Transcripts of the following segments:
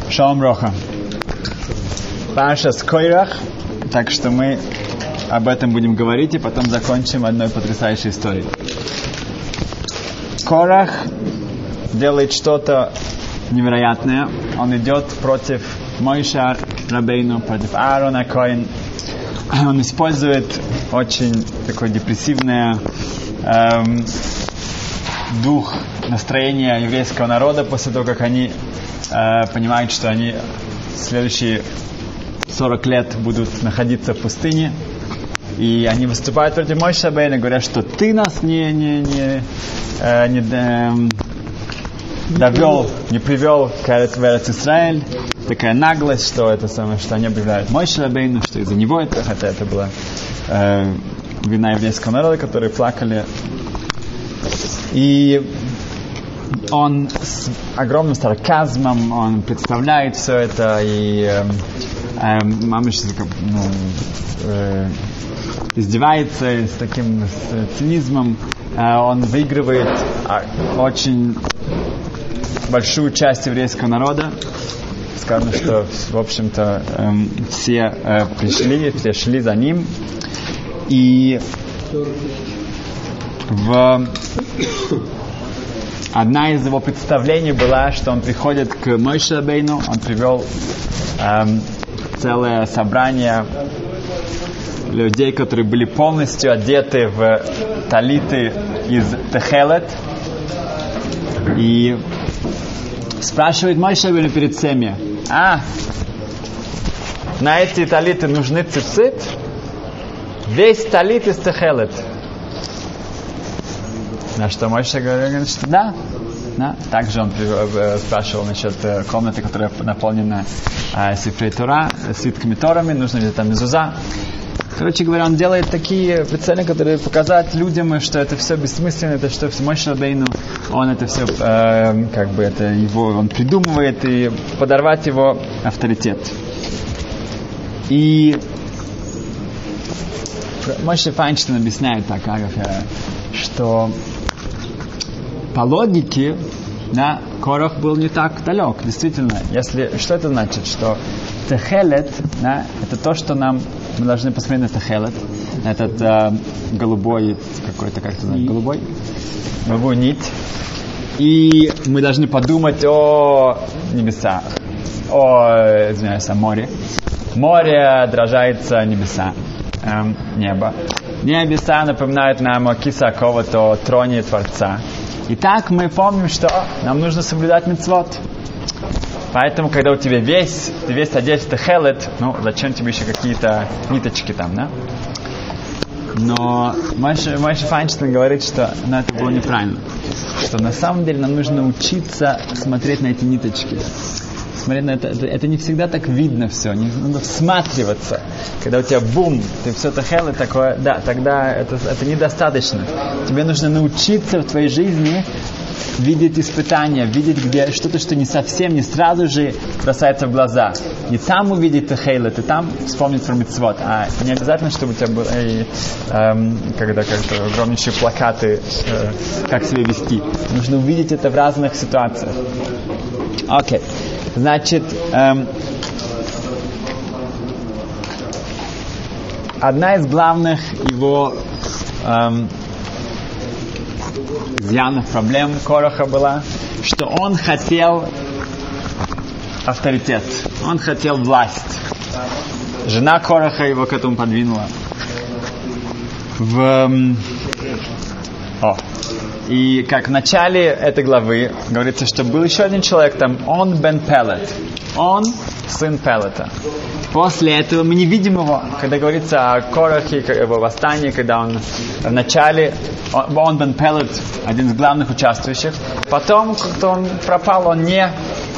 Шалом Роха. Паршас Койрах. Так что мы об этом будем говорить и потом закончим одной потрясающей историей. Корах делает что-то невероятное. Он идет против Моше Рабейну, против Аарона Коэн. Он использует очень такое депрессивное дух, настроение еврейского народа после того, как они понимают, что они следующие 40 лет будут находиться в пустыне. И они выступают против Моше Рабейну, говорят, что ты нас не довел, не привел в Эрец Исраэль. Такая наглость, что это самое, что они объявляют Моше Рабейну, что из-за него это, хотя это была вина еврейского народа, которые плакали. И он с огромным сарказмом, он представляет все это, и мамыш издевается с таким цинизмом. Он выигрывает очень большую часть еврейского народа. Сказано, что, в общем-то, все пришли, все шли за ним. И одна из его представлений была, что он приходит к Моше Рабейну, он привел целое собрание людей, которые были полностью одеты в талиты из техелет, и спрашивает Моше Рабейну перед всеми: на эти талиты нужны цицит? Весь талит из техелет. На что Моше говорит, что да. Также он спрашивал насчет комнаты, которая наполнена сифрей Тора, свитками Торами, нужно ли там мезуза. Короче говоря, он делает такие прицелы, которые показать людям, что это все бессмысленно, это что Моше Рабейну, он это все, это его, он придумывает, и подорвать его авторитет. И Моше Файнштейн объясняет так, что по логике, Корах был не так далек. Действительно, что это значит? Что техелет, это то, что мы должны посмотреть на техелет, этот голубой, какой-то, как это называется, голубую нить. И мы должны подумать о небесах, о море. Море отражается небеса, небо. Небеса напоминают нам о киса какого-то троне Творца. И так мы помним, что нам нужно соблюдать мицвот. Поэтому, когда у тебя весь одет в техелет, зачем тебе еще какие-то ниточки там, да? Но Моше Файнштейн говорит, что это было неправильно. Что на самом деле нам нужно учиться смотреть на эти ниточки. Смотреть на это не всегда так видно все, надо всматриваться. Когда у тебя бум, ты все техелет такое, да, тогда это недостаточно. Тебе нужно научиться в твоей жизни видеть испытания, видеть где что-то, что не совсем, не сразу же бросается в глаза. Не там увидеть техелет, и там вспомнить про мицвот. А не обязательно, чтобы у тебя были как-то огромнейшие плакаты, как себя вести. Нужно увидеть это в разных ситуациях. Окей. Значит, одна из главных его изъянов, проблем Кораха была, что он хотел авторитет, он хотел власть. Жена Кораха его к этому подвинула. И как в начале этой главы говорится, что был еще один человек там, он бен Пелет. Он сын Пелета. После этого мы не видим его, когда говорится о Корахе, его восстании, когда он в начале, он бен Пелет, один из главных участвующих. Потом, как-то он пропал, он не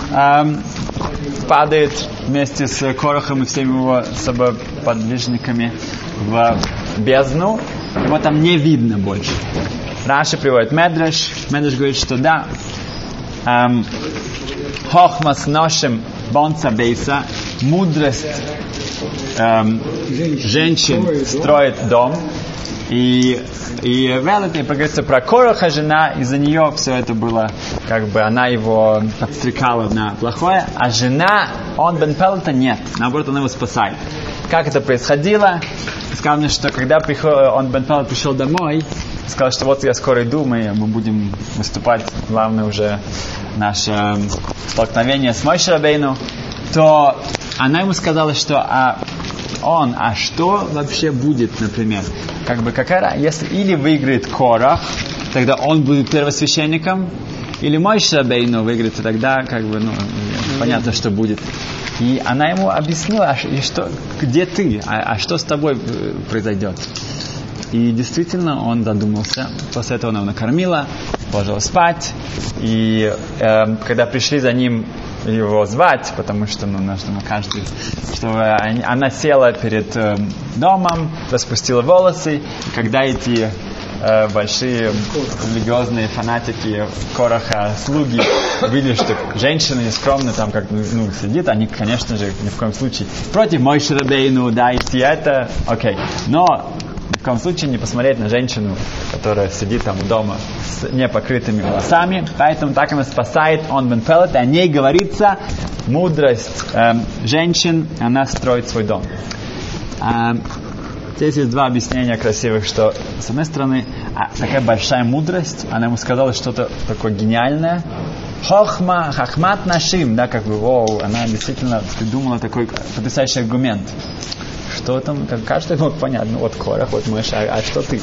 падает вместе с Корахом и всеми его собоподвижниками в бездну. Его там не видно больше. Раши приводит Медраш. Медраш говорит, что да, хохмас ношем бонца бейса, мудрость женщин строит дом. И говорится про Кораха, жена, из-за нее все это было, как бы она его подстрекала на плохое, а жена, он бен Пелета, нет, наоборот, она его спасает. Как это происходило? Сказано, что когда он бен Пелет пришел домой, сказал, что вот я скоро иду, мы будем выступать, главное уже наше столкновение с Моше Рабейну, то она ему сказала, что что вообще будет, например? Как бы если или выиграет Корах, тогда он будет первосвященником, или Моше Рабейну выиграет, и тогда понятно, что будет. И она ему объяснила, где ты, что с тобой произойдет. И действительно он задумался. После этого она его накормила, положила спать. И когда пришли за ним его звать, потому что нужно каждый, что она села перед домом, распустила волосы. И когда эти большие религиозные фанатики Кораха, слуги, видели, что женщина нескромно там сидит, они, конечно же, ни в коем случае против Моше Рабейну, идти это, окей. Но ни в коем случае не посмотреть на женщину, которая сидит там дома с непокрытыми волосами. Поэтому так она спасает он бен Пелет, и о ней говорится мудрость женщин, она строит свой дом. Здесь есть два объяснения красивых, что, с одной стороны, такая большая мудрость, она ему сказала что-то такое гениальное. Хахмат нашим, она действительно придумала такой потрясающий аргумент. Что там, каждый мог понять, вот Корах, вот Моше, а что ты?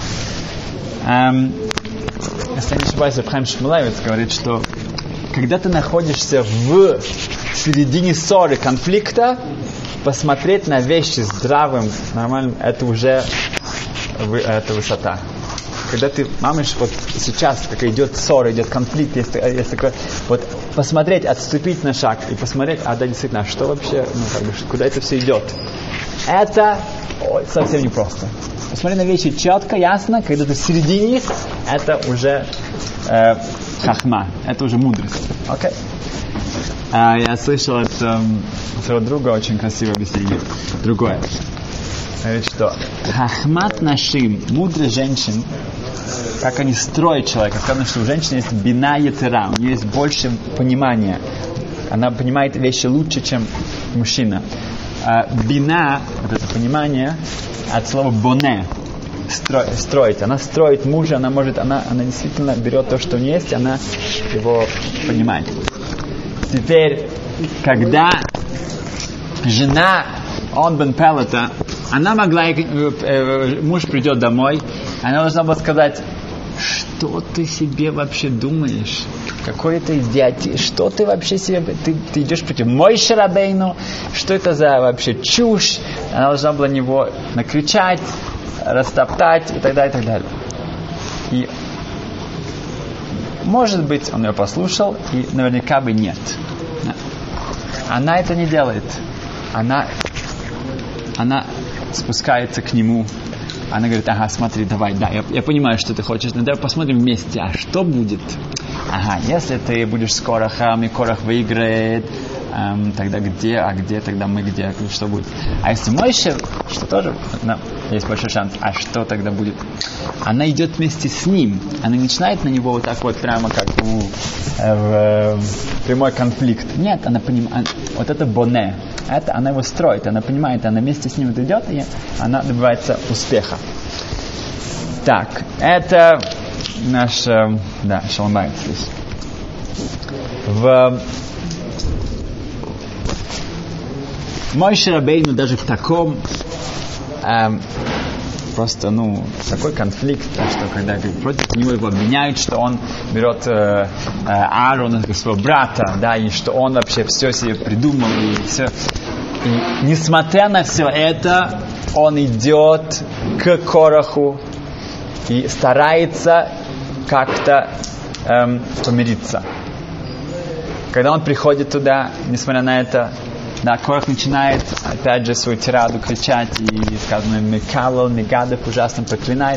Если я не ошибаюсь, Рабхаим Шмулевец говорит, что когда ты находишься в середине ссоры, конфликта, посмотреть на вещи здравым, нормальным, это уже высота. Когда ты, вот сейчас такая идет ссора, идет конфликт, есть такое, вот посмотреть, отступить на шаг и посмотреть, действительно, что вообще, куда это все идет. Это совсем непросто. Посмотри на вещи четко, ясно, когда ты в середине, это уже хахма, это уже мудрость. Окей? Я слышал от своего друга очень красивое объяснение. Другое. Говорит, что хахмат нашим, мудрость женщин, как они строят человека. Сказано, что у женщины есть бина етера, у нее есть больше понимания. Она понимает вещи лучше, чем мужчина. Бина, вот это понимание, от слова боне, строить. Она строит мужа, она действительно берет то, что у нее есть, она его понимает. Теперь, когда жена он бен Пелета, она могла, муж придет домой, она должна была сказать, что ты себе вообще думаешь? Какой это идиот? Что ты вообще себе... Ты идешь против Моше Рабейну? Что это за вообще чушь? Она должна была на него накричать, растоптать и так далее, и так далее. И может быть, он ее послушал, и наверняка бы нет. Она это не делает. Она спускается к нему. Она говорит, смотри, давай, я понимаю, что ты хочешь, но давай посмотрим вместе, а что будет? Если ты будешь с Корахом, и Корах выиграет, тогда где, тогда мы где, что будет? А если Моше, что тоже, есть большой шанс, а что тогда будет? Она идет вместе с ним, она не начинает на него вот так вот прямо как в прямой конфликт. Нет, она понимает, вот это боне, это она его строит, она понимает, она вместе с ним идет, и она добивается успеха. Так, это наш, Шалом Байт здесь. В Моше Рабейну даже в таком просто, такой конфликт, что когда против него его обвиняют, что он берет Аарона, своего брата, и что он вообще все себе придумал, и все. И несмотря на все это, он идет к Кораху и старается как-то помириться. Когда он приходит туда, несмотря на это, Корах начинает, опять же, свою тираду кричать, и, сказано, Мекалал, Мегадов ужасно проклинает.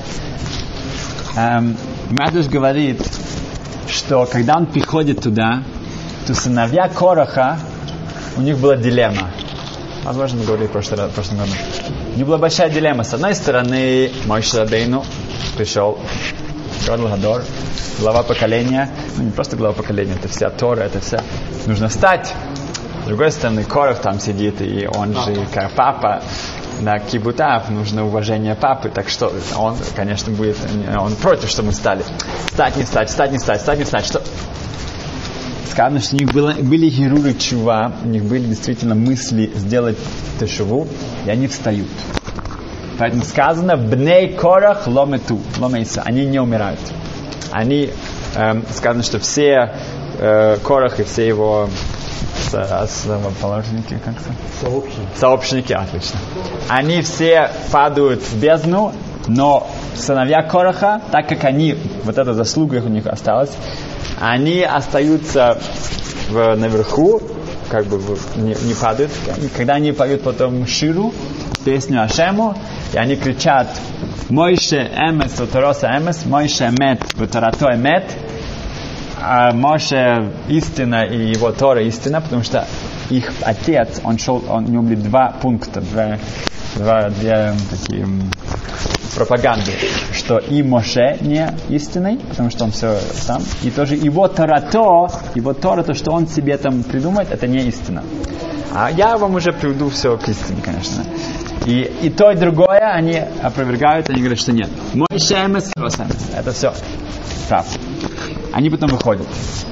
Медраш говорит, что когда он приходит туда, то сыновья Кораха, у них была дилемма. Возможно, мы говорили в прошлом году. У них была большая дилемма. С одной стороны, Моше Рабейну пришел, Гадол Гадор, глава поколения. Не просто глава поколения, это вся Тора, это вся. Нужно встать. С другой стороны, Корах там сидит, и он же как папа. На кибутав нужно уважение папы, так что он, конечно, будет, он против, что мы стали. Встать, не встать, встать, не встать, встать, не встать. Что? Сказано, что у них были геруры чува, у них были действительно мысли сделать тешуву, и они встают. Поэтому сказано, бней корах ломету, ломейса, они не умирают. Они, сказано, что все Корах и все его основоположники, как-то? Сообщники, отлично. Они все падают в бездну, но сыновья Кораха, так как они, вот эта заслуга у них осталась, они остаются наверху, как бы не падают. И когда они поют потом Ширу, песню Ашему, и они кричат «Мойше эмес утороса эмес, Мойше эмет утарато эмет», а Моше истина и его Тора истина, потому что их отец, у него были два пункта, две такие пропаганды, что и Моше не истинный, потому что он все сам, и тоже его Тора, то, что он себе там придумает, это не истина. А я вам уже приведу все к истине, конечно. И то, и другое они опровергают, они говорят, что нет. Моше эмес, это все правда. Они потом выходят.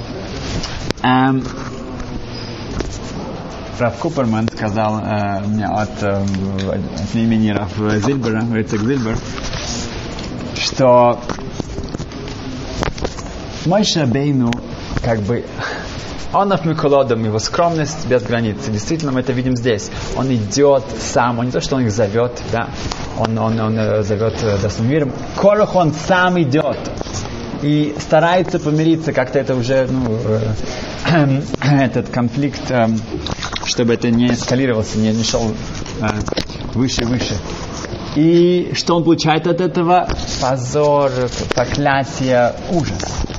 Рав Куперман сказал мне от имени Рав Зильбера, Рыцак Зильбер, что Моше Рабейну, как бы, он Миколодом, его скромность без границ. Действительно, мы это видим здесь. Он идет сам, он не то, что он их зовет, да, он зовет досным миром. Корах он сам идет. И старается помириться, как-то это уже, этот конфликт, чтобы это не эскалировался, не шел выше и выше. И что он получает от этого? Позор, проклятие, ужас.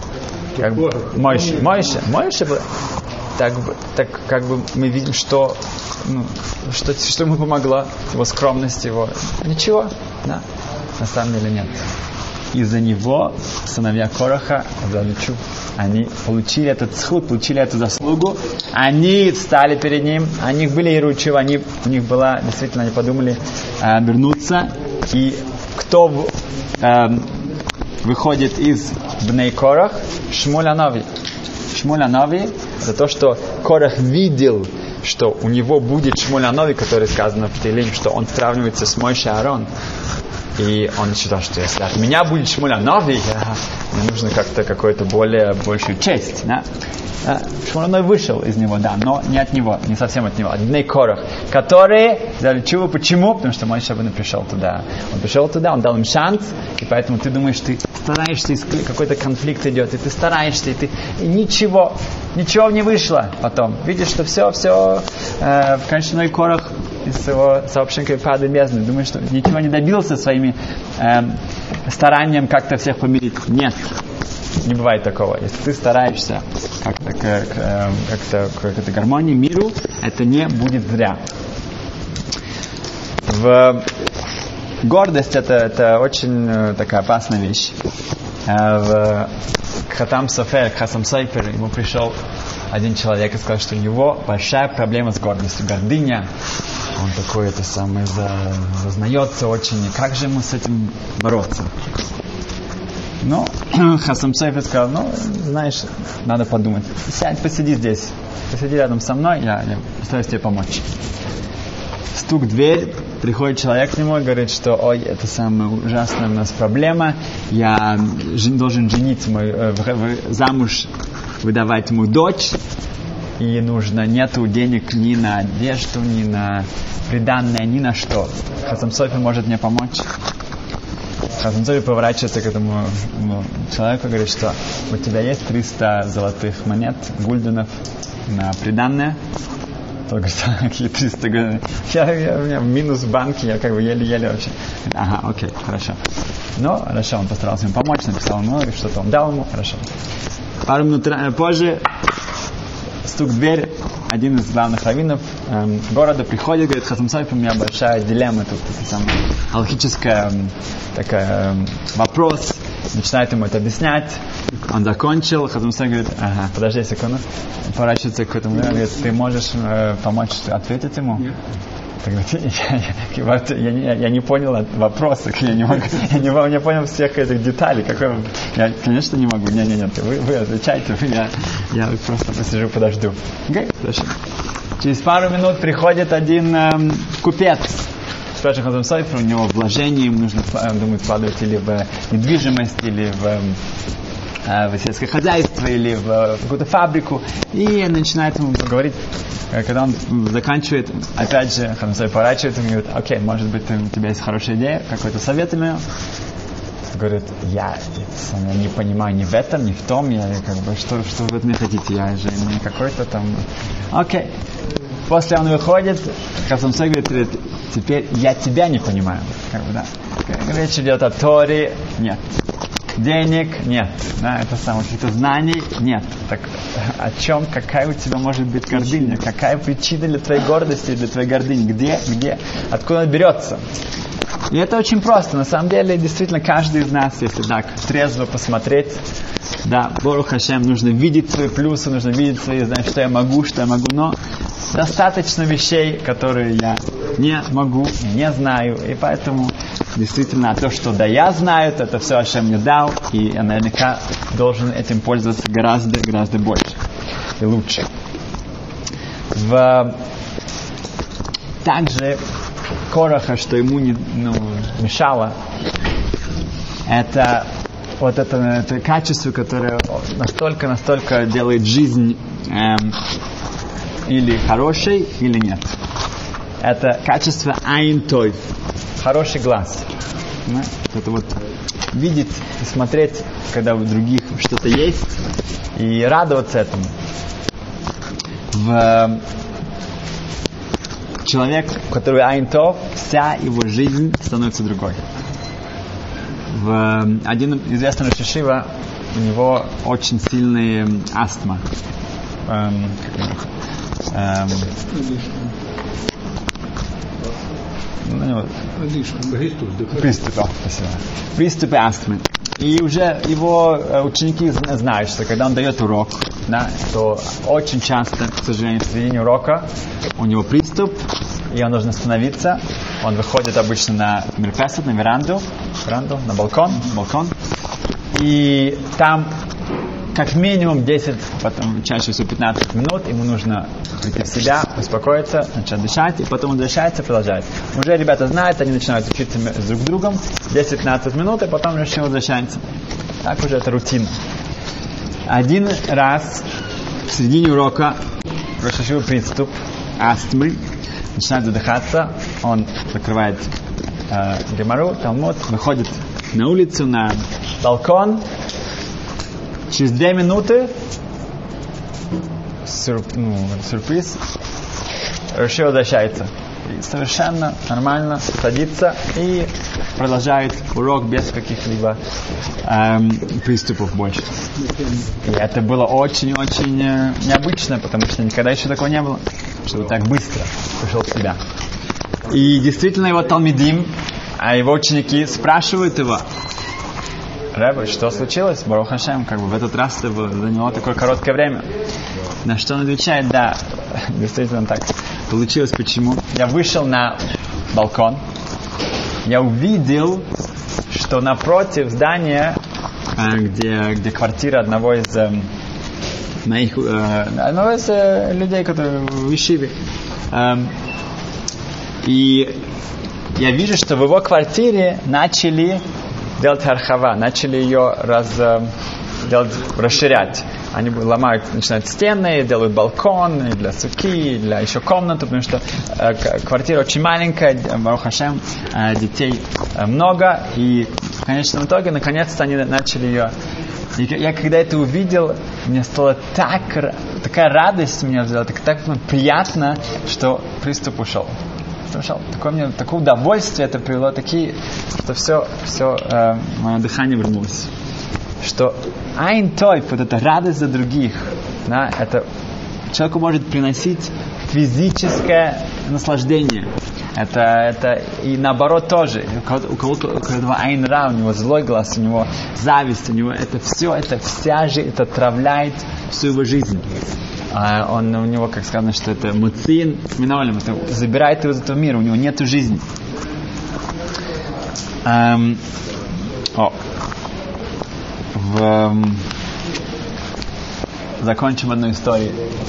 Моше, так как бы мы видим, что ему помогло, его скромность, его ничего, да, на самом деле нет. Из-за него сыновья Кораха, они получили этот схуд, получили эту заслугу, они встали перед ним, у них были иручив, у них была, действительно, они подумали вернуться, и кто выходит из Бней Корах? Шмуль Анави. Шмуль Анави за то, что Корах видел, что у него будет Шмуль Анави, который сказано в Теилим, что он сравнивается с Моше Аарон. И он считал, что если от меня будет Шмуль Анави, мне нужно как-то какую-то большую честь. Да? Шмуль Анави вышел из него, да, но не от него, не совсем от него, от Бней Корах, которые взяли чуву. Почему? Потому что Моше Рабейну пришел туда. Он пришел туда, он дал им шанс, и поэтому ты думаешь, ты стараешься, какой-то конфликт идет, и ты стараешься, и ничего не вышло потом. Видишь, что все, в конечном Корах из своего сообщника падает в бездну. Думаешь, что ничего не добился своими старанием как-то всех помирить. Нет, не бывает такого. Если ты стараешься как-то к гармонии, миру, это не будет зря. Гордость это очень такая опасная вещь. В Хасам Софер ему пришел один человек и сказал, что у него большая проблема с гордостью, гордыня. Он такой зазнается очень. И как же ему с этим бороться? Но Хасам Софер сказал, знаешь, надо подумать. Сядь, посиди здесь. Посиди рядом со мной, я постараюсь тебе помочь. Стук в дверь, приходит человек к нему и говорит, что это самая ужасная у нас проблема, я должен женить замуж, выдавать ему дочь, и нету денег ни на одежду, ни на приданное, ни на что. Хасам Софер может мне помочь? Хасам Софер поворачивается к этому человеку и говорит, что у тебя есть 300 золотых монет, гульденов на приданное. Тот говорит, какие 300 гульденов? У меня минус в банке, я как бы еле-еле вообще. Ага, окей, хорошо. Хорошо, он постарался ему помочь, написал ему, что-то он дал ему, хорошо. Пару минут позже стук в дверь, один из главных раввинов города приходит, говорит: Хазон Софер, у меня большая дилемма тут, алхическая вопрос. Начинает ему это объяснять. Он закончил. Хазон Софер говорит: ага, подожди секунду. Поворачивается к этому. Говорит: ты можешь помочь ответить ему? Я не понял вопроса, я не понял всех этих деталей. Я, конечно, не могу. Нет, вы отвечайте, я просто посижу, подожду. Хорошо. Через пару минут приходит один купец. Спрашивает Хазон Софер, у него вложение, ему нужно, думаю, вкладывать или в недвижимость, или в сельское хозяйство, или в какую-то фабрику. И начинает ему говорить. Когда он заканчивает, опять же, Хазон Софер поворачивается и говорит: окей, может быть, у тебя есть хорошая идея, какой-то совет имею? Говорит: я не понимаю ни в этом, ни в том, что вы от меня хотите, я же не какой-то там... Окей. После он выходит, Хазон Софер говорит: теперь я тебя не понимаю. Да. Речь идет о Торе, нет. Денег нет, да, это самое, каких-то знаний нет. Так о чем, какая у тебя может быть гордыня? Какая причина для твоей гордости, для твоей гордыни? Где? Откуда она берется? И это очень просто. На самом деле, действительно, каждый из нас, если так трезво посмотреть, да, Борух Хашем, нужно видеть свои плюсы, нужно видеть свои, знаешь, что я могу, но достаточно вещей, которые я не могу, не знаю, и поэтому действительно то, что да я знаю, это все Хашем мне дал, и я наверняка должен этим пользоваться гораздо больше и лучше. Также Кораха, что ему не мешало, это вот это качество, которое настолько делает жизнь или хорошей, или нет. Это качество айн тойв, хороший глаз. Это вот видеть и смотреть, когда у других что-то есть, и радоваться этому. Человек, у которого айн тойв, вся его жизнь становится другой. Один известный Рош Йешива, у него очень сильная астма. Приступы астмы. И уже его ученики знают, что когда он дает урок, да, то очень часто, к сожалению, в середине урока у него приступ, и он должен остановиться. Он выходит обычно на мерпесет, на веранду, на балкон, и там как минимум 10, потом чаще всего 15 минут ему нужно прийти в себя, успокоиться, начать дышать, и потом он возвращается и продолжает. Уже ребята знают, они начинают учиться друг с другом, 10-15 минут, и потом еще возвращается. Так уже это рутина. Один раз в середине урока Рош Йешива приступ астмы, начинает задыхаться, он закрывает Гемару, Талмуд, выходит на улицу, на балкон. Через 2 минуты сюрприз, Рош Йешива возвращается. И совершенно нормально садится и продолжает урок без каких-либо приступов больше. И это было очень-очень необычно, потому что никогда еще такого не было, чтобы так быстро пришел в себя. И действительно его талмидим, а его ученики спрашивают его: Ребе, что случилось? Барух Хашем, в этот раз заняло такое короткое время. На что он отвечает: да, действительно так получилось. Почему? Я вышел на балкон, я увидел, что напротив здания, где квартира одного из людей, которые в Ешиве, и я вижу, что в его квартире начали делать хархава, начали ее расширять. Они начинают стены, делают балкон для суки, для еще комнату, потому что квартира очень маленькая, Барух Хашем, детей много, и в конечном итоге, наконец-то они начали ее. И я когда это увидел, мне стало такая радость меня взяла, так приятно, что приступ ушел. Такое удовольствие это привело, что все мое дыхание вернулось. Что айн тойв, вот эта радость за других, да, это человеку может приносить физическое наслаждение. Это и наоборот тоже. У кого-то айн-ра, у него злой глаз, у него зависть, у него это все, это вся жизнь, это отравляет всю его жизнь. У него, как сказано, что это муцин, это забирает его из этого мира, у него нет жизни. Закончим одну историю.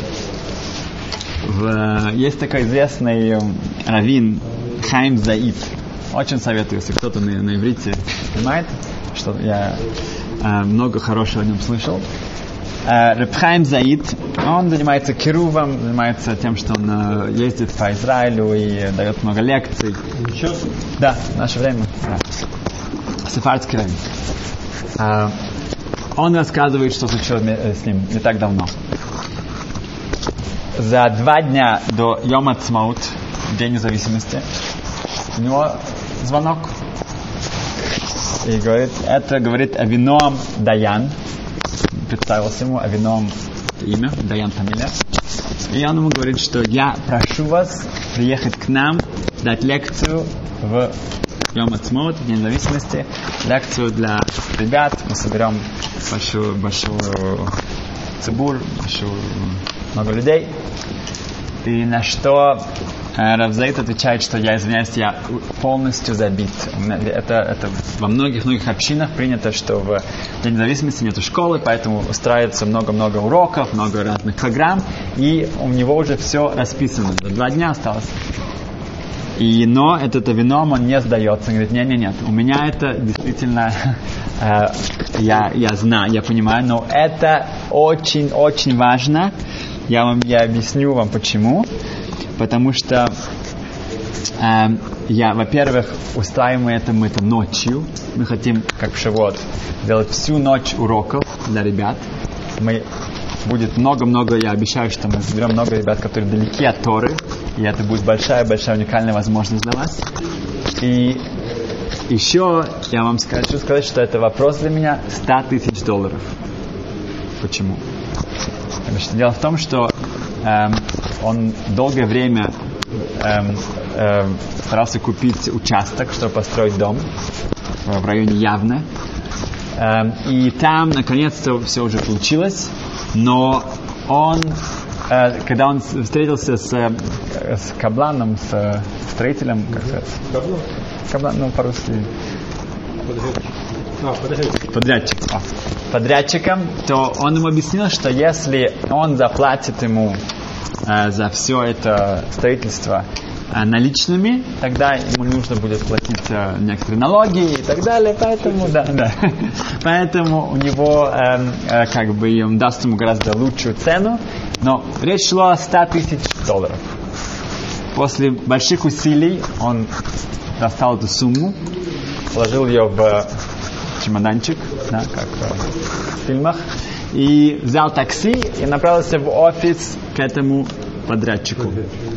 Есть такой известный раввин Хаим Заид. Очень советую, если кто-то на иврите понимает, что я много хорошего о нем слышал. Реб Хаим Заид, он занимается кирувом, занимается тем, что он ездит по Израилю и дает много лекций. Сейчас? Да, в наше время. Да. Сефардский раввин. Он рассказывает, что случилось с ним не так давно. За 2 дня до Йом Ацмаут, День независимости, у него звонок. И говорит Авиноам Даян. Представился ему Авиноам имя, Даян фамилия. И он ему говорит, что я прошу вас приехать к нам, дать лекцию в Йом Ацмаут, День независимости, лекцию для ребят. Мы соберем большую цибур, много людей. И на что Рав Заид отвечает, что я извиняюсь, я полностью забит. Это во многих общинах принято, что в День независимости нету школы, поэтому устраивается много-много уроков, много разных программ, и у него уже все расписано. 2 дня осталось. Но этот Авином, он не сдается. Он говорит, нет, у меня это действительно, я знаю, я понимаю, но это очень-очень важно. Я объясню вам почему. Потому что во-первых, устраиваем мы это ночью. Мы хотим, как в Шавуот, делать всю ночь уроков для ребят. Будет много, я обещаю, что мы соберем много ребят, которые далеки от Торы. И это будет большая уникальная возможность для вас. И еще я вам хочу сказать, что это вопрос для меня $100 000. Почему? Потому что дело в том, что он долгое время старался купить участок, чтобы построить дом в районе Явне. И там, наконец-то, все уже получилось. Но когда он встретился с кабланом, с строителем, как сказать? Каблан, по-русски. Подрядчиком, то он ему объяснил, что если он заплатит ему за все это строительство наличными, тогда ему нужно будет платить некоторые налоги и так далее, поэтому поэтому у него он даст ему гораздо лучшую цену, но речь шла о $100 000. После больших усилий он достал эту сумму, положил ее в чемоданчик, как в фильмах, и взял такси и направился в офис к этому подрядчику.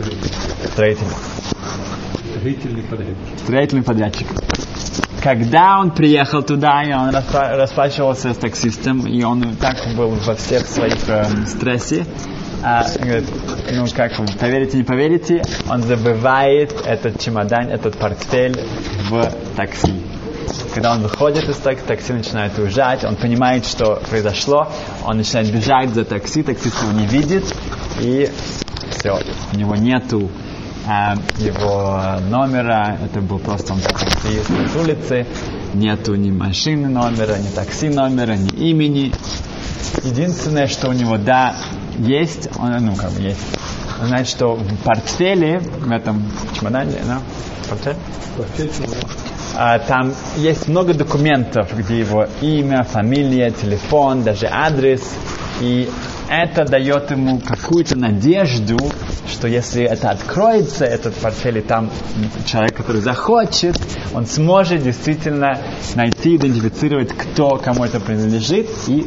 Строительный подрядчик. Когда он приехал туда, и он расплачивался с таксистом, и он так был во всех своих стрессе, говорит, поверите, не поверите, он забывает этот чемодан, этот портфель в такси. Когда он выходит из такси, начинает уезжать, он понимает, что произошло, он начинает бежать за такси, таксист его не видит, и все, у него нету его номера, это был просто он приехал с улицы, нету ни машины номера, ни такси номера, ни имени. Единственное, что у него, есть, есть. Он знает, что в портфеле, в этом чемодане, портфель, там есть много документов, где его имя, фамилия, телефон, даже адрес. И это дает ему какую-то надежду, что если это откроется, этот портфель, и там человек, который захочет, он сможет действительно найти, идентифицировать, кому это принадлежит, и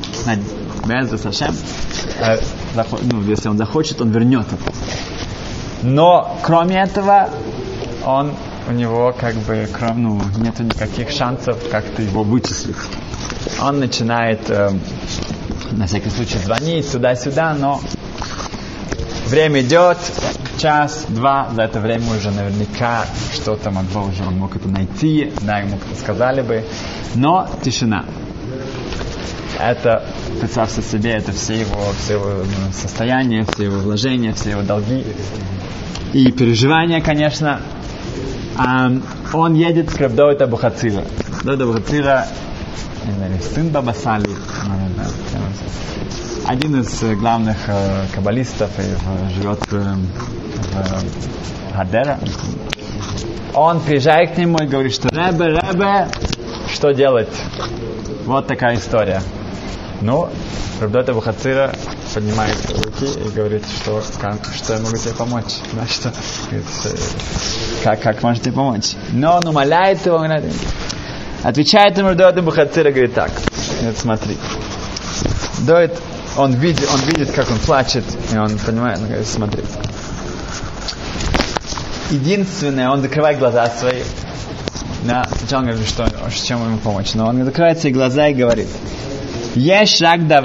если он захочет, он вернет это. Но кроме этого, у него нету никаких шансов как-то его вычислить. Он начинает на всякий случай звонить туда-сюда, но Время идет, час, два, за это время уже наверняка что-то Матбо уже он мог это найти, да, ему сказали бы, но тишина. Это, представьте себе, это все его состояния, все его вложения, все его долги и переживания, конечно. Он едет к Рав Довид Абухацира. Довид Абухацира, не знаю, сын Баба Сали, один из главных каббалистов, живет в Хадера. Он приезжает к нему и говорит, что Ребе, что делать? Вот такая история. Ну, Рав Довид Абухацира поднимает руки и говорит, что я могу тебе помочь. Да, что, как можете помочь? Но он умоляет его, отвечает ему Рав Довид Абухацира, говорит так, вот смотри. Довид, он видит, как он плачет, и он понимает, он говорит, смотри. Единственное, он закрывает глаза свои. Да, сначала он говорит, чем ему помочь. Но он закрывает свои глаза и говорит, есть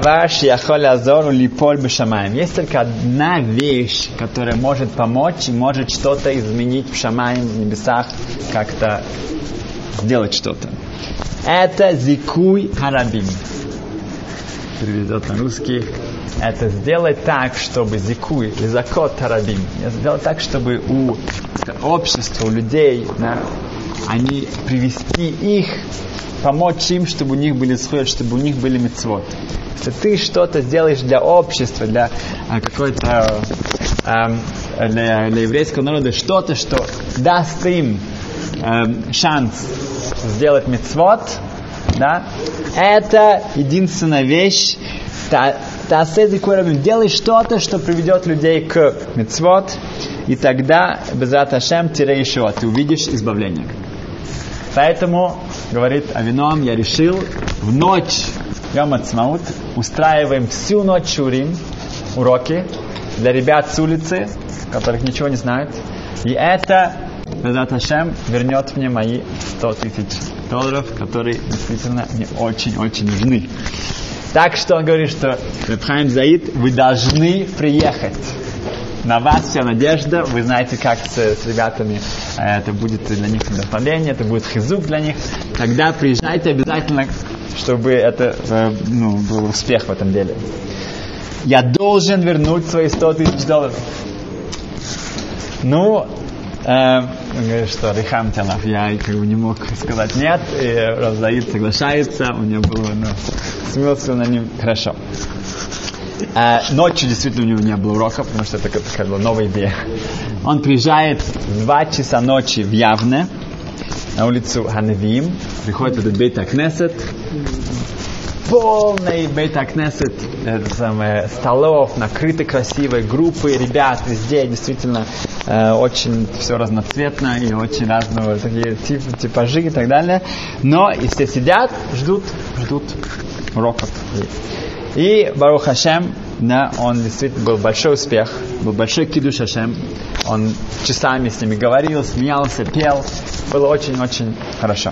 только одна вещь, которая может помочь и может что-то изменить в Шамаим, в небесах, как-то сделать что-то. Это зикуй харабим. Переведет на русский. Это сделать так, чтобы зикуй, лизакот харабим. Сделать так, чтобы у общества, у людей, да, они привести их, помочь им, чтобы у них были сход, чтобы у них были мицвот. Если ты что-то сделаешь для общества, для какой-то для еврейского народа, что-то, что даст им шанс сделать мицвот, да, это единственная вещь. Делай что-то, что приведет людей к мицвот, и тогда, безрат Ашем, тире-ишуа, ты увидишь избавление. Поэтому, говорит Авиноам, я решил в ночь Йом Ацмаут устраиваем всю ночь шурим, уроки для ребят с улицы, которых ничего не знают. И это, безрат Ашем, вернет мне мои $100,000, которые действительно мне очень-очень нужны. Так что он говорит, что Реб Хаим Заид, вы должны приехать. На вас вся надежда, вы знаете, как с ребятами это будет для них вдохновение, это будет хизук для них. Тогда приезжайте обязательно, чтобы это был успех в этом деле. Я должен вернуть свои $100,000. Ну, он говорит, что Рихам Тялав, я не мог сказать нет, и Рав Заид соглашается, у него было, смелся на ним хорошо. Ночью действительно у него не было урока, потому что это такая была новая идея. Он приезжает в 2 часа ночи в Явне, на улицу Ханевиим, приходит в этот Бейт-Акнесет, полный Бейт-Акнесет, столов, накрыты красивые группы ребят, везде действительно очень все разноцветно и очень разного такие типажи и так далее. Но и все сидят, ждут уроков. И Барух Хашем, да, он действительно был большой успех, был большой кидуш Хашем. Он часами с ними говорил, смеялся, пел. Было очень-очень хорошо.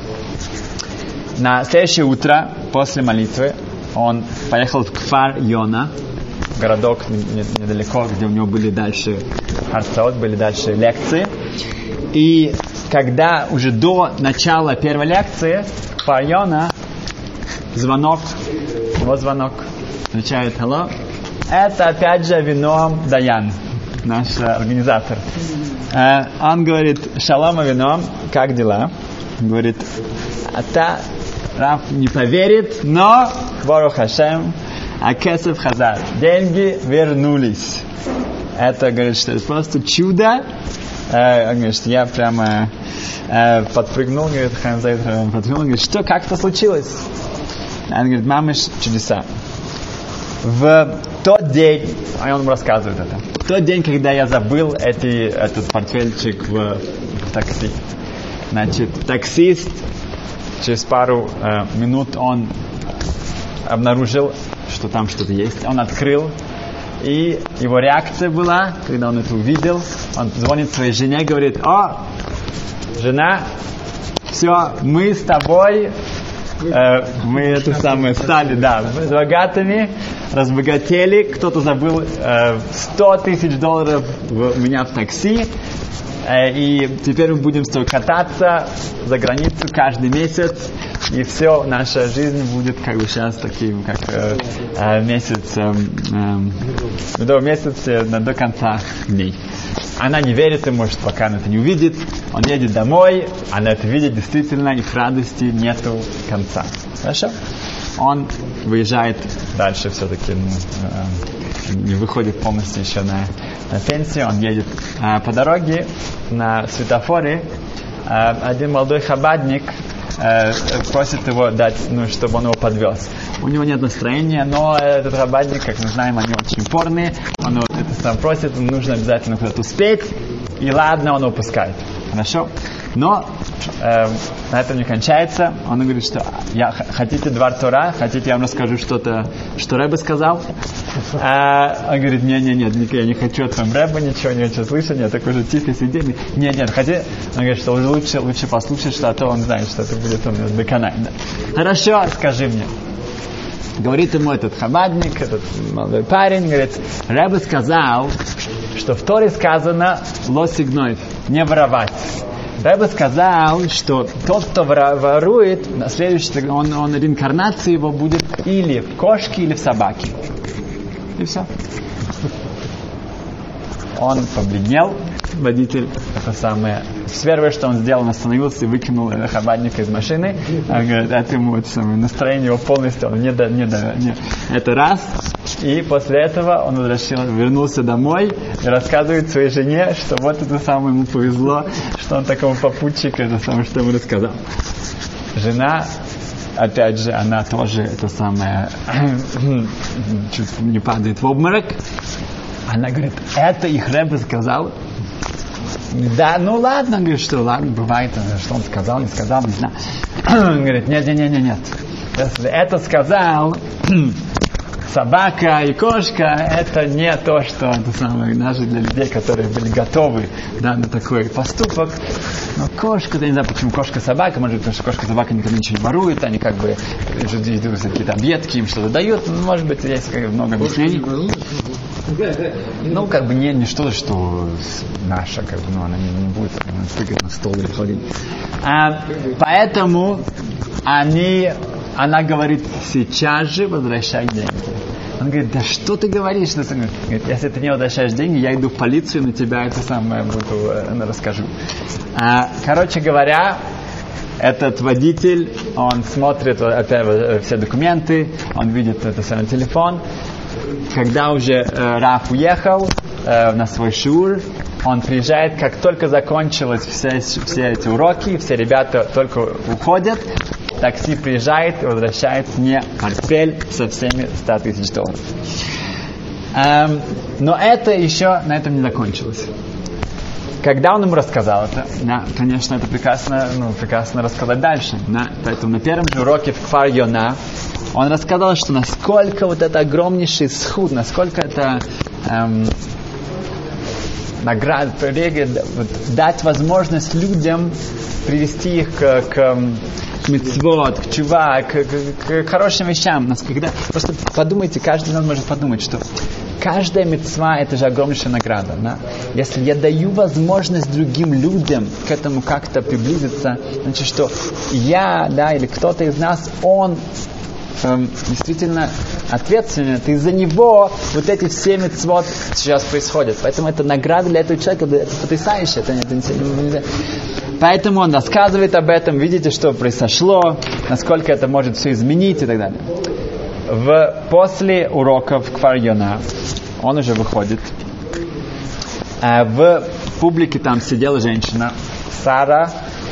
На следующее утро, после молитвы, он поехал в Кфар Йона, городок недалеко, где у него были дальше харцот, были дальше лекции. И когда уже до начала первой лекции в Кфар Йона звонок, отвечает «Hello». Это опять же Авиноам Даян, наш организатор. Он говорит: «Шалом, Авиноам, как дела?» Говорит: Рав не поверит, но Барух Хашем, Кесев Хазар, деньги вернулись. Это, говорит, что это просто чудо. Он говорит, что я прямо подпрыгнул, говорит, Хаим Заид подпрыгнул, говорит, что, как это случилось? Он говорит: мамыш, чудеса. В тот день, а он ему рассказывает это, в тот день, когда я забыл этот портфельчик в такси, значит, таксист через пару минут он обнаружил, что там что-то есть. Он открыл, и его реакция была, когда он это увидел, он звонит своей жене и говорит: «О, жена, все, мы с тобой мы это самое стали, да, богатыми, разбогатели, кто-то забыл $100,000 у меня в такси, и теперь мы будем с тобой кататься за границу каждый месяц, и все, наша жизнь будет как бы сейчас таким, как месяц, до месяца, до конца дней. Она не верит ему, что пока она это не увидит. Он едет домой, она это видит действительно, их радости нету конца. Хорошо? Он выезжает дальше все-таки, не выходит полностью еще на пенсию. Он едет по дороге на светофоре. Один молодой хабадник просит его дать, чтобы он его подвез. У него нет настроения, но этот хабадник, как мы знаем, они очень упорные. Он его это сам просит, нужно обязательно куда-то успеть. И ладно, он его пускает. Хорошо? Но на этом не кончается. Он говорит, что хотите Двар Тора? Хотите, я вам расскажу что-то, что Ребе сказал? Он говорит, нет, я не хочу от твоего Ребе ничего не хочу слышать. Я такой же тихо сидел. Нет, хотите? Он говорит, что лучше послушать, что, а то он знает, что это будет он доконать. Да. Хорошо, скажи мне. Говорит ему этот хабадник, этот молодой парень, говорит, Ребе сказал, что в Торе сказано «лосигнойв», не воровать. Ребе сказал, что тот, кто ворует, на следующий, он реинкарнация его будет или в кошке, или в собаке. И все. Он побледнел, водитель, это самое. Первое, что он сделал, он остановился и выкинул хабадника из машины. Он говорит, это ему это самое, настроение его полностью, он это раз. И после этого он вернулся домой и рассказывает своей жене, что вот это самое ему повезло, что он такому попутчику, это самое, что ему рассказал. Жена, опять же, она тоже это самое чуть не падает в обморок. Она говорит, это их Ребе сказал. Да, ну ладно, говорит, что ладно, бывает, что он сказал, не сказал, не знаю. Он говорит, нет. Если это сказал собака и кошка, это не то, что это самое, даже для людей, которые были готовы, да, на такой поступок. Но кошка, я не знаю, почему кошка и собака, может быть, потому что кошка и собака никогда ничего не воруют, они как бы идут какие-то объедки, им что-то дают, может быть, есть много объяснений. Ну, как бы не что-то, что наша, как бы, она не будет тыкать на стол или ходить. Поэтому она говорит, сейчас же возвращай деньги. Он говорит, да что ты говоришь? Говорит, если ты не возвращаешь деньги, я иду в полицию, на тебя это самое расскажу. Короче говоря, этот водитель, он смотрит опять все документы, он видит это свой телефон. Когда уже Раф уехал на свой шиур, он приезжает, как только закончились все эти уроки, все ребята только уходят, такси приезжает и возвращает мне портфель со всеми $100,000. Но это еще на этом не закончилось. Когда он ему рассказал это, да, конечно, это прекрасно рассказать дальше. Да. Поэтому на первом же уроке в Кфар Йона он рассказал, что насколько вот это огромнейший схуд, насколько это награда, дать возможность людям привести их к мицвот, к чува, к хорошим вещам. Просто подумайте, каждый из нас может подумать, что каждая мицва — это же огромнейшая награда. Да? Если я даю возможность другим людям к этому как-то приблизиться, значит, что я, да, или кто-то из нас, он действительно ответственен. Из-за него вот эти все мицвот сейчас происходят. Поэтому это награда для этого человека, это потрясающе. Поэтому он рассказывает об этом, видите, что произошло, насколько это может все изменить и так далее. После уроков Кфар Йона он уже выходит. В публике там сидела женщина Сара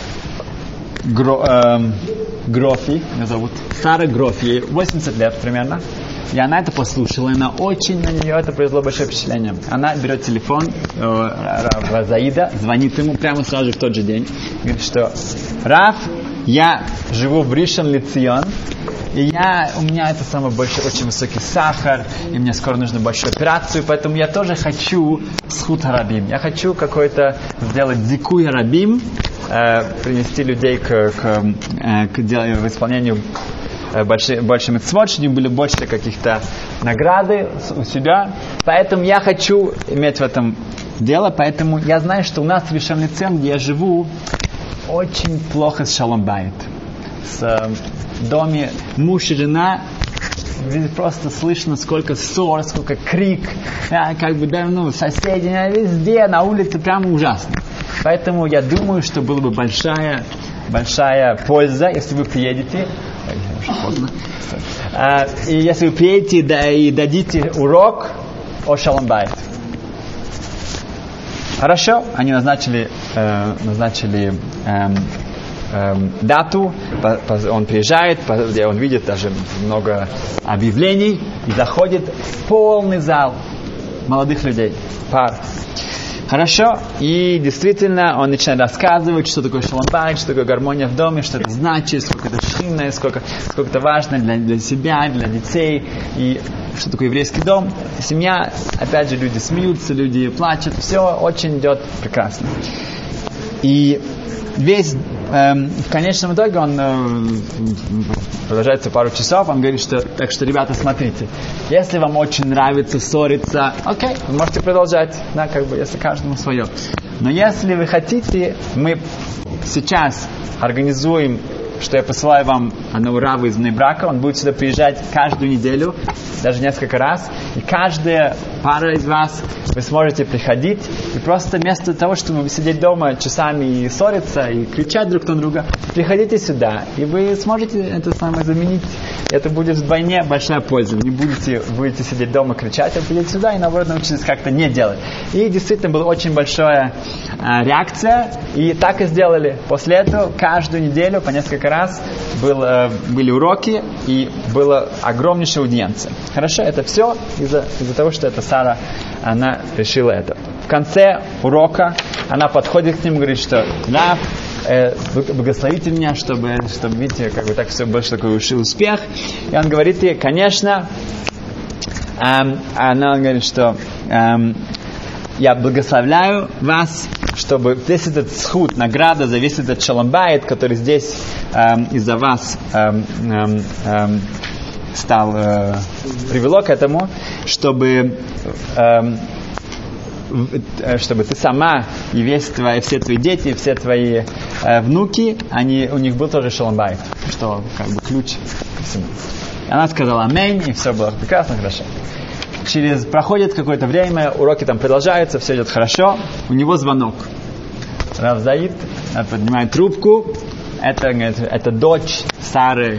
Грофи, ее зовут Сара Грофи, ей 80 лет примерно. И она это послушала, и на нее это произвело большое впечатление. Она берет телефон Рава Заида, звонит ему прямо сразу же в тот же день. Говорит, что Рав, я живу в Ришон Лецион, и у меня это самое большое, очень высокий сахар, и мне скоро нужно большую операцию, поэтому я тоже хочу схуд харабим. Я хочу какой-то сделать дикуй харабим, принести людей к исполнению больше мицвот, чтобы были больше каких-то награды у себя. Поэтому я хочу иметь в этом дело, поэтому я знаю, что у нас в Ришон Лецион, где я живу, очень плохо с шалом байт. В доме муж и жена, просто слышно, сколько ссор, сколько крик, соседи, везде, на улице, прямо ужасно. Поэтому я думаю, что было бы большая польза, если вы приедете, и если вы приедете и дадите урок о шалом байт. Хорошо, они назначили дату, он приезжает, он видит даже много объявлений и заходит полный зал молодых людей, пар. Хорошо, и действительно он начинает рассказывать, что такое шалом байт, что такое гармония в доме, что это значит, сколько это шхина, сколько это важно для себя, для детей, и что такое еврейский дом. Семья, опять же, люди смеются, люди плачут, все очень идет прекрасно. И весь, в конечном итоге он продолжается пару часов, он говорит, что так что, ребята, смотрите, если вам очень нравится ссориться, окей, вы можете продолжать, да, если каждому свое. Но если вы хотите, мы сейчас организуем, что я посылаю вам одного рава из Бней-Брака, он будет сюда приезжать каждую неделю, даже несколько раз, и каждая пара из вас, вы сможете приходить, и просто вместо того, чтобы сидеть дома часами и ссориться, и кричать друг на друга, приходите сюда, и вы сможете это самое заменить. Это будет вдвойне большая польза. Вы не будете сидеть дома кричать, а придете сюда и, наоборот, научитесь как-то не делать. И действительно была очень большая реакция, и так и сделали. После этого каждую неделю по несколько раз были уроки, и была огромнейшая аудиенция. Хорошо, это все из-за того, что это Сара, она решила это. В конце урока она подходит к нему и говорит, что да, благословите меня, чтобы видите, так все больше такой успех. И он говорит ей, конечно, она говорит, что я благословляю вас, чтобы весь этот схуд, награда за весь этот шалом байт, который здесь из-за вас привело к этому, чтобы ты сама и все твои дети, все твои внуки, у них был тоже шалом байт, что ключ ко всему. И она сказала аминь, и все было прекрасно, хорошо. Проходит какое-то время, уроки там продолжаются, все идет хорошо, у него звонок. Рав Заид поднимает трубку, это дочь Сары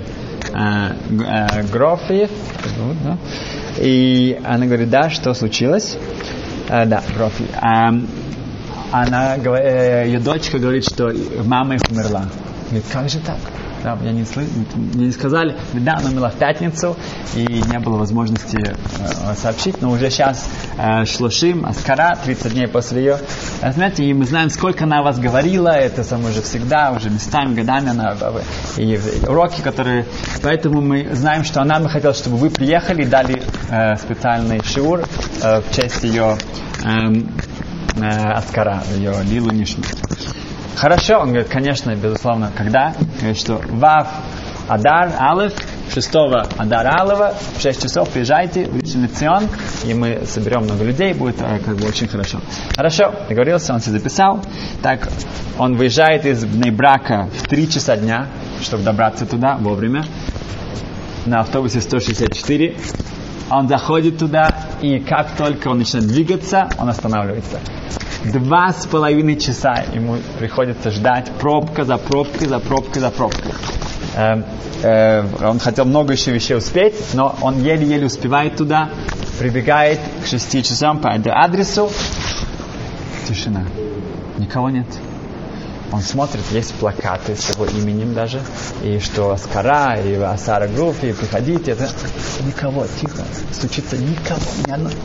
Грофи, и она говорит, да, что случилось? Да, Грофи. Ее дочка говорит, что мама их умерла. Говорит, как же так? Да, мне не сказали. Да, она умерла в пятницу, и не было возможности сообщить, но уже сейчас шлошим, аскара, 30 дней после ее смерти, и мы знаем, сколько она о вас говорила, это само уже всегда, уже местами, годами она, и уроки, которые... Поэтому мы знаем, что она бы хотела, чтобы вы приехали и дали специальный шиур в честь ее аскара, ее лилу нишму. Хорошо, он говорит, конечно, безусловно, когда? Говорит, что Вав Адар Алеф, 6 Адар Алева, в 6 часов приезжайте в Ришон Лецион, и мы соберем много людей, будет очень хорошо. Хорошо, договорился, он все записал. Так, он выезжает из Бней-Брака в 3 часа дня, чтобы добраться туда вовремя, на автобусе 164. Он заходит туда, и как только он начинает двигаться, он останавливается. 2,5 часа ему приходится ждать пробка за пробкой, за пробкой, за пробкой. Он хотел много еще вещей успеть, но он еле-еле успевает туда, прибегает к 6 часам по адресу. Тишина. Никого нет. Он смотрит, есть плакаты с его именем даже, и что Аскара, и Асара Груф, и приходите. Это... Никого, тихо. Стучится никого, ни одной.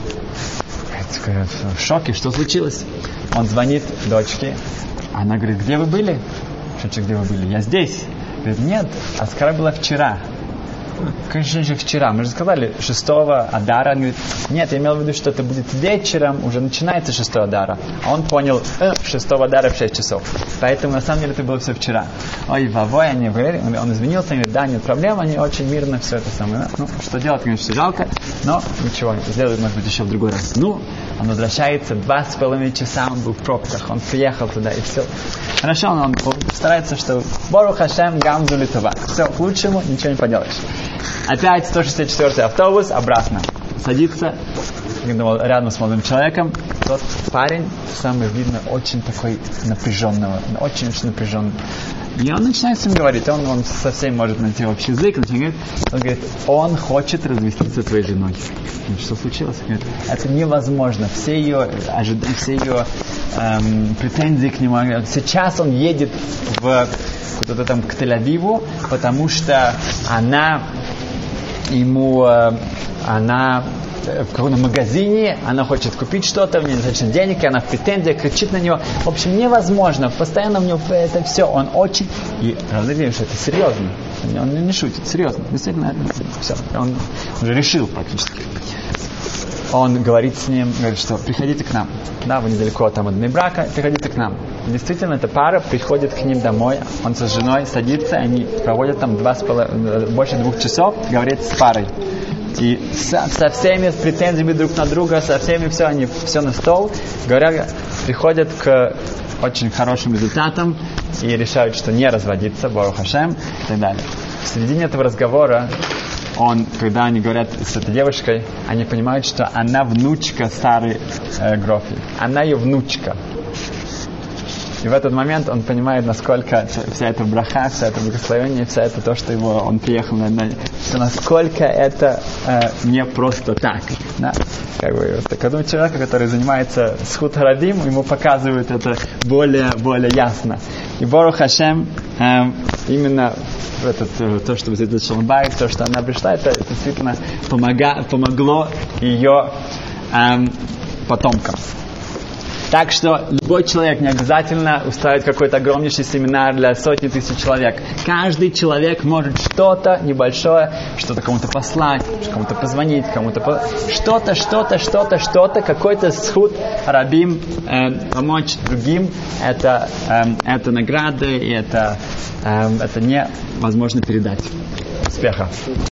В шоке, что случилось? Он звонит дочке, она говорит, где вы были? Где вы были? Я здесь. Говорит, нет, Аскара была вчера. Конечно же, вчера. Мы же сказали 6-го Адара. Он говорит, нет, я имел в виду, что это будет вечером, уже начинается 6-го Адара. А он понял, 6-го Адара в 6 часов. Поэтому, на самом деле, это было все вчера. Ой, вовой, они говорили, он извинился, говорит, да, нет проблем, они очень мирно все это самое. Ну, что делать, конечно, жалко, но ничего, сделают, может быть, еще в другой раз. Ну, он возвращается 2,5 часа, он был в пробках, он приехал туда и все. Хорошо, он старается, что Борух Хашем гамду литова. Все, к лучшему, ничего не поделаешь. Опять 164-й автобус, обратно. Садится рядом с молодым человеком. Тот парень, самый видно, очень такой напряженного, очень-очень напряженный. И он начинает с ним говорить, он совсем может найти общий язык, он говорит, он хочет развестись со твоей женой. Что случилось? Говорит, это невозможно. Все ее претензии к нему. Сейчас он едет куда-то там к Тель-Авиву, потому что она в каком-то магазине, она хочет купить что-то, у нее недостаточно денег, и она в претензиях кричит на него. В общем, невозможно. Постоянно у него это все. Он очень... И равно видим, что это серьезно. Он не шутит, серьезно. Действительно, все. Он уже решил практически. Он говорит с ним, говорит, что приходите к нам. Да, вы недалеко там от Бней-Брака, приходите к нам. Действительно, эта пара приходит к ним домой, он со женой садится, они проводят там больше 2 часов, говорит с парой. И со всеми претензиями друг на друга, со всеми все на стол, говорят, приходят к очень хорошим результатам и решают, что не разводиться, Борух Хашем и так далее. В середине этого разговора когда они говорят с этой девушкой, они понимают, что она внучка старой Грофи. Она ее внучка. И в этот момент он понимает, насколько вся эта браха, вся это благословение, вся это то, что он приехал что насколько это не просто так. Да? Когда человека, который занимается схут харадим, ему показывают это более ясно. И Борух Хашем именно то, что взять Шалбайт, то, что она пришла, это действительно помогло ее потомкам. Так что любой человек не обязательно устраивает какой-то огромнейший семинар для сотни тысяч человек. Каждый человек может что-то небольшое, что-то кому-то послать, кому-то позвонить, что-то, какой-то схут рабим, помочь другим. Это награды, и это невозможно передать. Успеха!